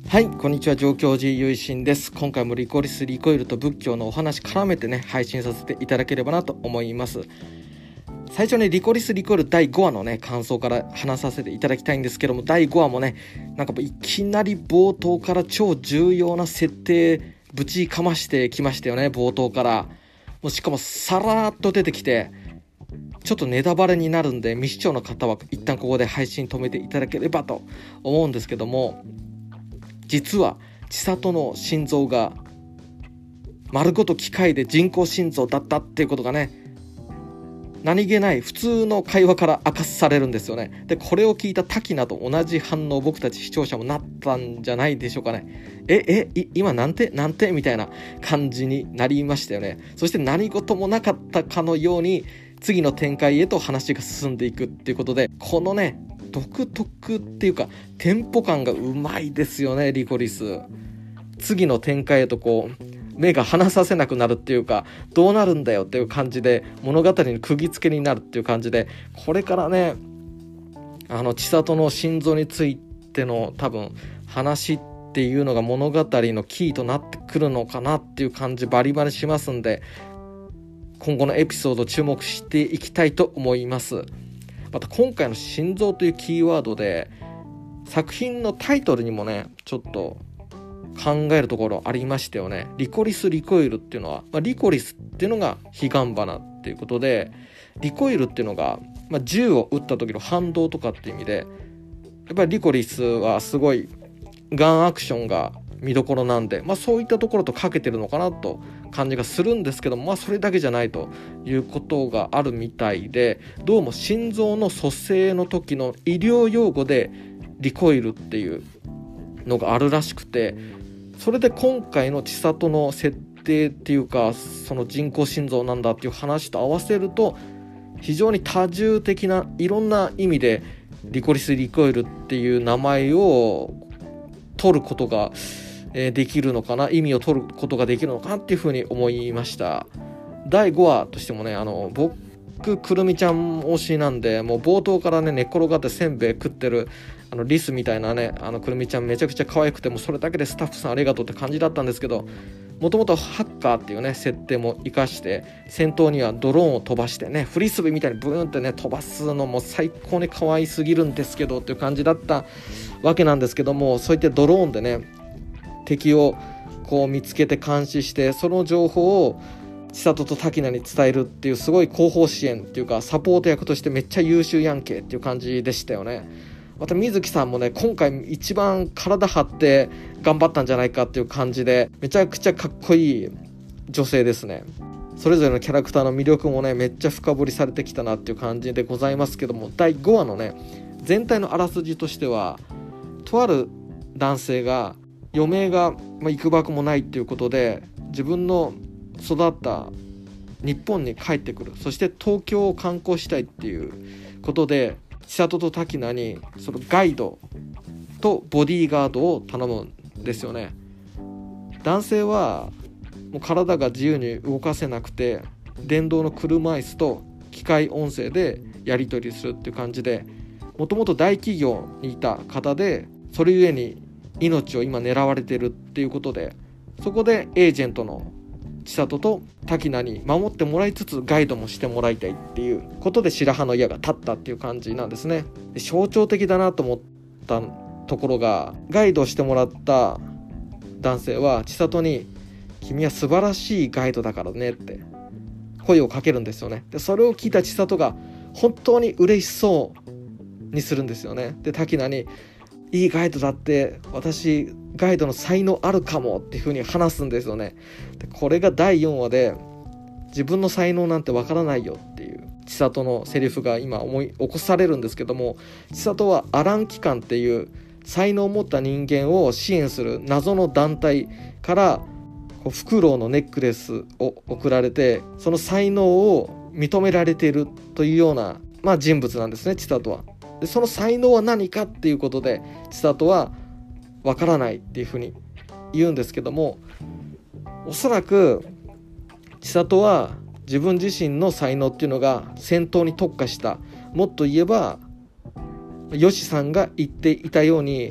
はい、こんにちは。上京寺ゆいしんです。今回もリコリスリコイルと仏教のお話絡めてね、配信させていただければなと思います。最初にリコリスリコイル第5話のね、感想から話させていただきたいんですけども、第5話もね、なんかいきなり冒頭から超重要な設定ぶちかましてきましたよね。冒頭からもうしかもさらっと出てきて、ちょっとネタバレになるんで未視聴の方は一旦ここで配信止めていただければと思うんですけども、実は千里の心臓が丸ごと機械で人工心臓だったっていうことがね、何気ない普通の会話から明かされるんですよね。でこれを聞いた滝菜と同じ反応僕たち視聴者もなったんじゃないでしょうかね。今なんてみたいな感じになりましたよね。そして何事もなかったかのように次の展開へと話が進んでいくっていうことで、このね独特っていうかテンポ感がうまいですよね。リコリス次の展開へとこう目が離させなくなるっていうか、どうなるんだよっていう感じで物語に釘付けになるっていう感じで、これからね千里の心臓についての多分話っていうのが物語のキーとなってくるのかなっていう感じバリバリしますんで、今後のエピソード注目していきたいと思います。また今回の心臓というキーワードで作品のタイトルにもねちょっと考えるところありましたよね。リコリスリコイルっていうのは、リコリスっていうのが彼岸花っていうことで、リコイルっていうのが、銃を撃った時の反動とかっていう意味で、やっぱりリコリスはすごいガンアクションが見どころなんで、そういったところとかけてるのかなと感じがするんですけども、それだけじゃないということがあるみたいで、どうも心臓の蘇生の時の医療用語でリコイルっていうのがあるらしくて、それで今回の千里の設定っていうか、その人工心臓なんだっていう話と合わせると非常に多重的ないろんな意味でリコリスリコイルっていう名前を取ることができるのかな、意味を取ることができるのかなっていうふうに思いました。第5話としてもね、僕くるみちゃん推しなんで、もう冒頭からね寝っ転がってせんべい食ってるリスみたいなねくるみちゃんめちゃくちゃ可愛くて、もそれだけでスタッフさんありがとうって感じだったんですけど、もともとハッカーっていうね設定も生かして戦闘にはドローンを飛ばしてねフリスビーみたいにブーンってね飛ばすのも最高に可愛すぎるんですけどっていう感じだったわけなんですけども、そういったドローンでね敵をこう見つけて監視して、その情報を千里と滝菜に伝えるっていうすごい後方支援っていうかサポート役としてめっちゃ優秀やんけっていう感じでしたよね。また水木さんもね今回一番体張って頑張ったんじゃないかっていう感じで、めちゃくちゃかっこいい女性ですね。それぞれのキャラクターの魅力もねめっちゃ深掘りされてきたなっていう感じでございますけども、第5話のね全体のあらすじとしては、とある男性が余命が幾ばくもないっていうことで自分の育った日本に帰ってくる、そして東京を観光したいっていうことで千里と滝菜にそのガイドとボディーガードを頼むんですよね。男性はもう体が自由に動かせなくて電動の車椅子と機械音声でやり取りするっていう感じで、もともと大企業にいた方でそれゆえに命を今狙われてるっていうことで、そこでエージェントの千里と滝菜に守ってもらいつつガイドもしてもらいたいっていうことで白羽の矢が立ったっていう感じなんですね。で象徴的だなと思ったところが、ガイドしてもらった男性は千里に君は素晴らしいガイドだからねって声をかけるんですよね。でそれを聞いた千里が本当に嬉しそうにするんですよね。で滝菜にいいガイドだって、私ガイドの才能あるかもっていう風に話すんですよね。でこれが第4話で自分の才能なんてわからないよっていう千里のセリフが今思い起こされるんですけども、千里はアラン機関っていう才能を持った人間を支援する謎の団体からフクロウのネックレスを贈られて、その才能を認められているというような、人物なんですね千里は。でその才能は何かっていうことで千里はわからないっていうふうに言うんですけども、おそらく千里は自分自身の才能っていうのが戦闘に特化した、もっと言えばヨシさんが言っていたように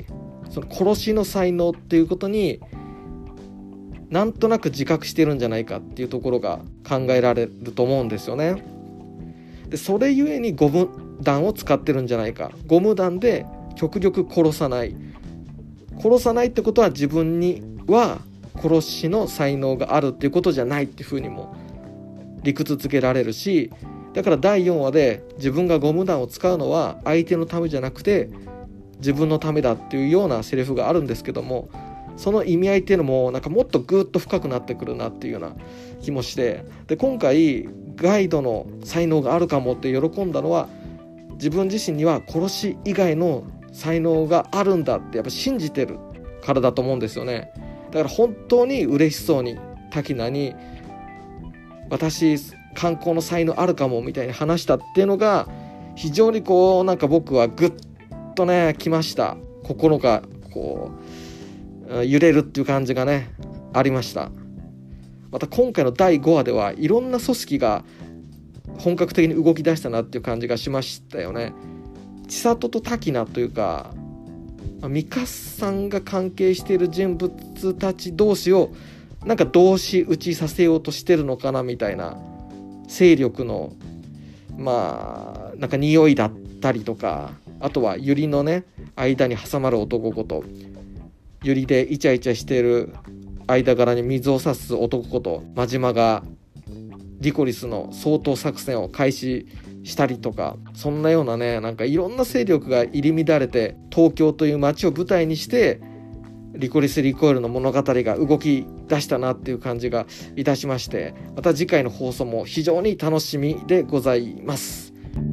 その殺しの才能っていうことになんとなく自覚してるんじゃないかっていうところが考えられると思うんですよね。でそれゆえにゴム弾を使ってるんじゃないか。ゴム弾で極力殺さないってことは自分には殺しの才能があるっていうことじゃないっていうふうにも理屈つけられるし、だから第4話で自分がゴム弾を使うのは相手のためじゃなくて自分のためだっていうようなセリフがあるんですけども、その意味合いっていうのもなんかもっとぐっと深くなってくるなっていうような気もして、で今回ガイドの才能があるかもって喜んだのは、自分自身には殺し以外の才能があるんだってやっぱ信じてるからだと思うんですよね。だから本当に嬉しそうに滝名に私観光の才能あるかもみたいに話したっていうのが非常にこうなんか僕はグッとねきました。心がこう揺れるっていう感じがねありました。また今回の第5話ではいろんな組織が本格的に動き出したなっていう感じがしましたよね。千里と滝名というかミカさんが関係している人物たち同士をなんか同士打ちさせようとしてるのかなみたいな勢力のなんか匂いだったりとか、あとはユリのね間に挟まる男ことユリでイチャイチャしている間柄に水を差す男こと真島がリコリスの掃討作戦を開始したりとか、そんなようなねなんかいろんな勢力が入り乱れて東京という街を舞台にしてリコリス・リコイルの物語が動き出したなっていう感じがいたしまして、また次回の放送も非常に楽しみでございます。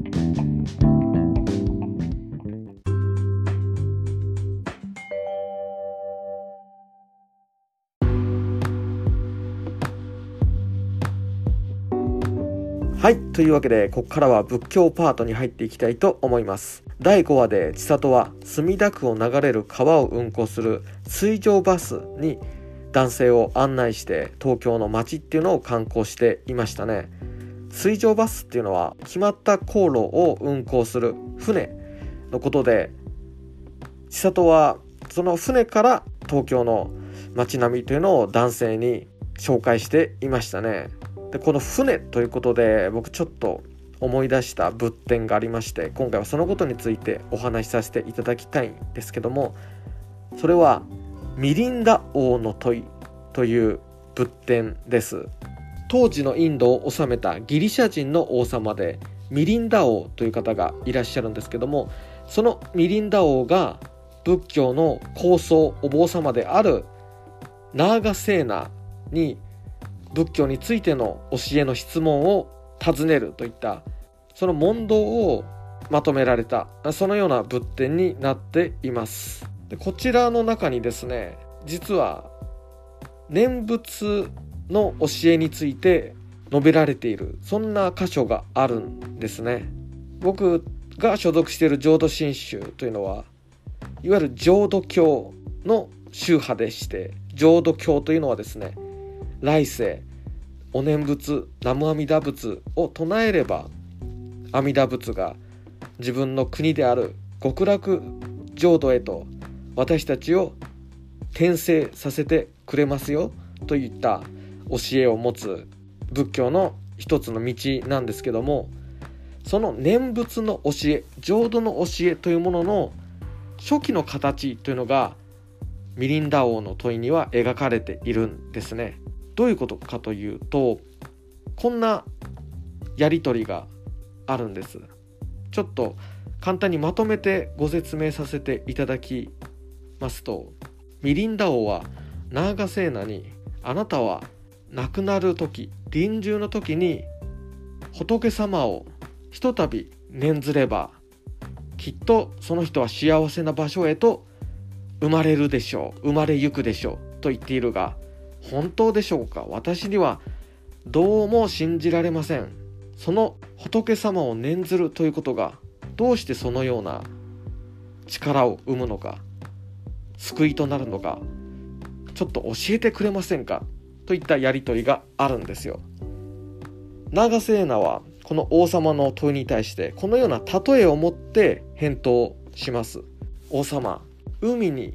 はい、というわけでここからは仏教パートに入っていきたいと思います。第5話で千里は墨田区を流れる川を運行する水上バスに男性を案内して東京の街っていうのを観光していましたね。水上バスっていうのは決まった航路を運行する船のことで、千里はその船から東京の街並みというのを男性に紹介していましたね。でこの船ということで僕ちょっと思い出した仏典がありまして、今回はそのことについてお話しさせていただきたいんですけども、それはミリンダ王の問いという仏典です。当時のインドを治めたギリシャ人の王様でミリンダ王という方がいらっしゃるんですけども、そのミリンダ王が仏教の高僧お坊様であるナーガセーナに仏教についての教えの質問を尋ねるといったその問答をまとめられた、そのような仏典になっています。でこちらの中にですね、実は念仏の教えについて述べられているそんな箇所があるんですね。僕が所属している浄土真宗というのはいわゆる浄土教の宗派でして、浄土教というのはですね、来世お念仏南無阿弥陀仏を唱えれば阿弥陀仏が自分の国である極楽浄土へと私たちを転生させてくれますよといった教えを持つ仏教の一つの道なんですけども、その念仏の教え、浄土の教えというものの初期の形というのがミリンダ王の問いには描かれているんですね。どういうことかというと、こんなやり取りがあるんです。ちょっと簡単にまとめてご説明させていただきますと、ミリンダ王はナーガセーナに、あなたは亡くなる時、臨終の時に仏様をひとたび念ずればきっとその人は幸せな場所へと生まれるでしょう、生まれゆくでしょうと言っているが、本当でしょうか。私にはどうも信じられません。その仏様を念ずるということがどうしてそのような力を生むのか、救いとなるのか、ちょっと教えてくれませんかといったやり取りがあるんですよ。ナーガセーナはこの王様の問いに対してこのような例えを持って返答します。王様、海に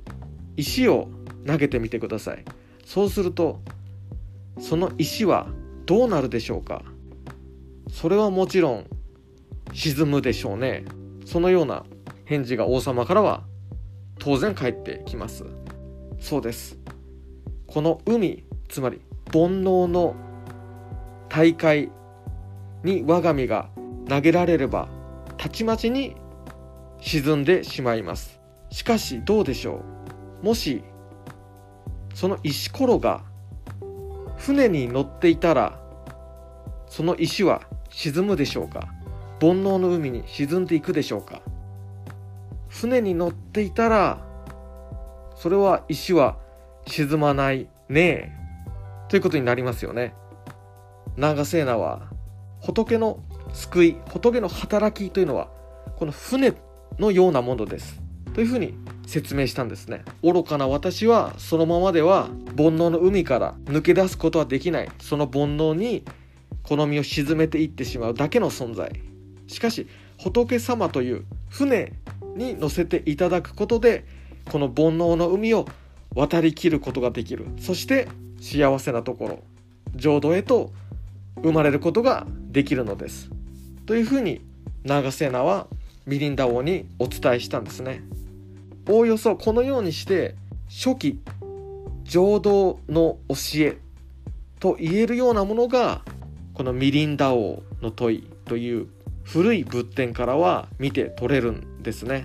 石を投げてみてください。そうするとその石はどうなるでしょうか。それはもちろん沈むでしょうね。そのような返事が王様からは当然返ってきます。そうです。この海、つまり煩悩の大海に我が身が投げられればたちまちに沈んでしまいます。しかしどうでしょう。もしその石ころが船に乗っていたら、その石は沈むでしょうか。煩悩の海に沈んでいくでしょうか。船に乗っていたら、それは石は沈まないねということになりますよね。長瀬名は仏の救い、仏の働きというのはこの船のようなものですというふうに説明したんですね。愚かな私はそのままでは煩悩の海から抜け出すことはできない。その煩悩にこの身を沈めていってしまうだけの存在。しかし仏様という船に乗せていただくことで、この煩悩の海を渡りきることができる。そして幸せなところ、浄土へと生まれることができるのですというふうに長瀬名はミリンダ王にお伝えしたんですね。おおよそこのようにして初期浄土の教えと言えるようなものがこのミリンダ王の問いという古い仏典からは見て取れるんですね。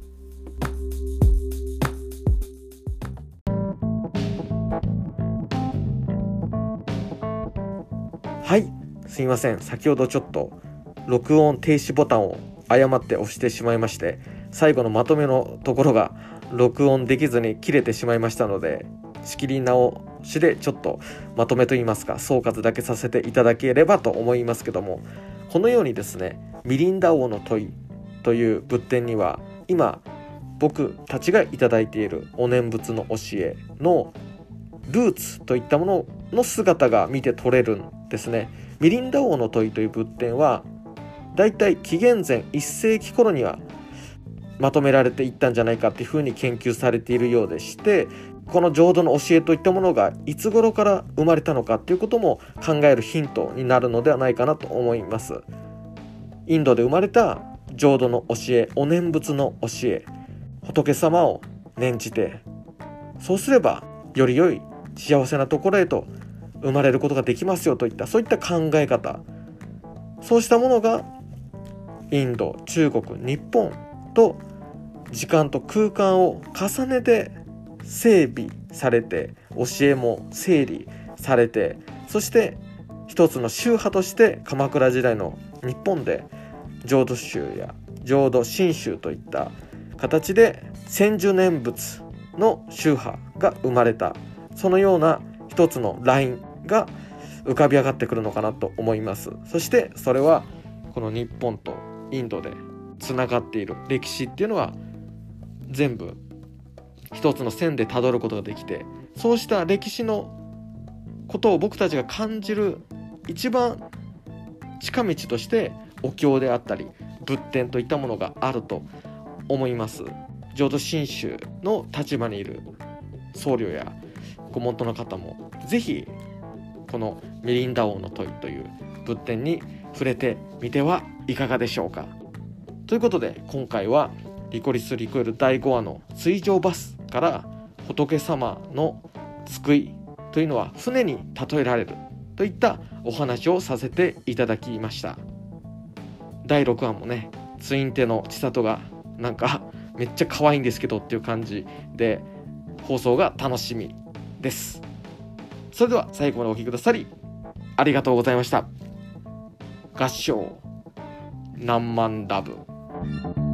はい、すいません。先ほどちょっと録音停止ボタンを誤って押してしまいまして、最後のまとめのところが録音できずに切れてしまいましたので、仕切り直しでちょっとまとめといいますか、総括だけさせていただければと思いますけども、このようにですね、ミリンダ王の問いという仏典には今僕たちがいただいているお念仏の教えのルーツといったものの姿が見て取れるんですね。ミリンダ王の問いという仏典はだいたい紀元前1世紀頃にはまとめられていったんじゃないかっていうふうに研究されているようでして、この浄土の教えといったものがいつ頃から生まれたのかっていうことも考えるヒントになるのではないかなと思います。インドで生まれた浄土の教え、お念仏の教え、仏様を念じて、そうすればより良い幸せなところへと生まれることができますよといった、そういった考え方、そうしたものがインド、中国、日本と時間と空間を重ねて整備されて、教えも整理されて、そして一つの宗派として鎌倉時代の日本で浄土宗や浄土真宗といった形で千手念仏の宗派が生まれた、そのような一つのラインが浮かび上がってくるのかなと思います。そしてそれはこの日本とインドでつながっている歴史っていうのは全部一つの線でたどることができて、そうした歴史のことを僕たちが感じる一番近道としてお経であったり仏典といったものがあると思います。浄土真宗の立場にいる僧侶やご門徒の方もぜひこのミリンダ王の問いという仏典に触れてみてはいかがでしょうか。ということで今回はリコリス・リコイル第5話の水上バスから仏様の救いというのは船に例えられるといったお話をさせていただきました。第6話もね、ツインテの千里がなんかめっちゃ可愛いんですけどっていう感じで放送が楽しみです。それでは最後までお聞きくださりありがとうございました。合唱何万ラブ。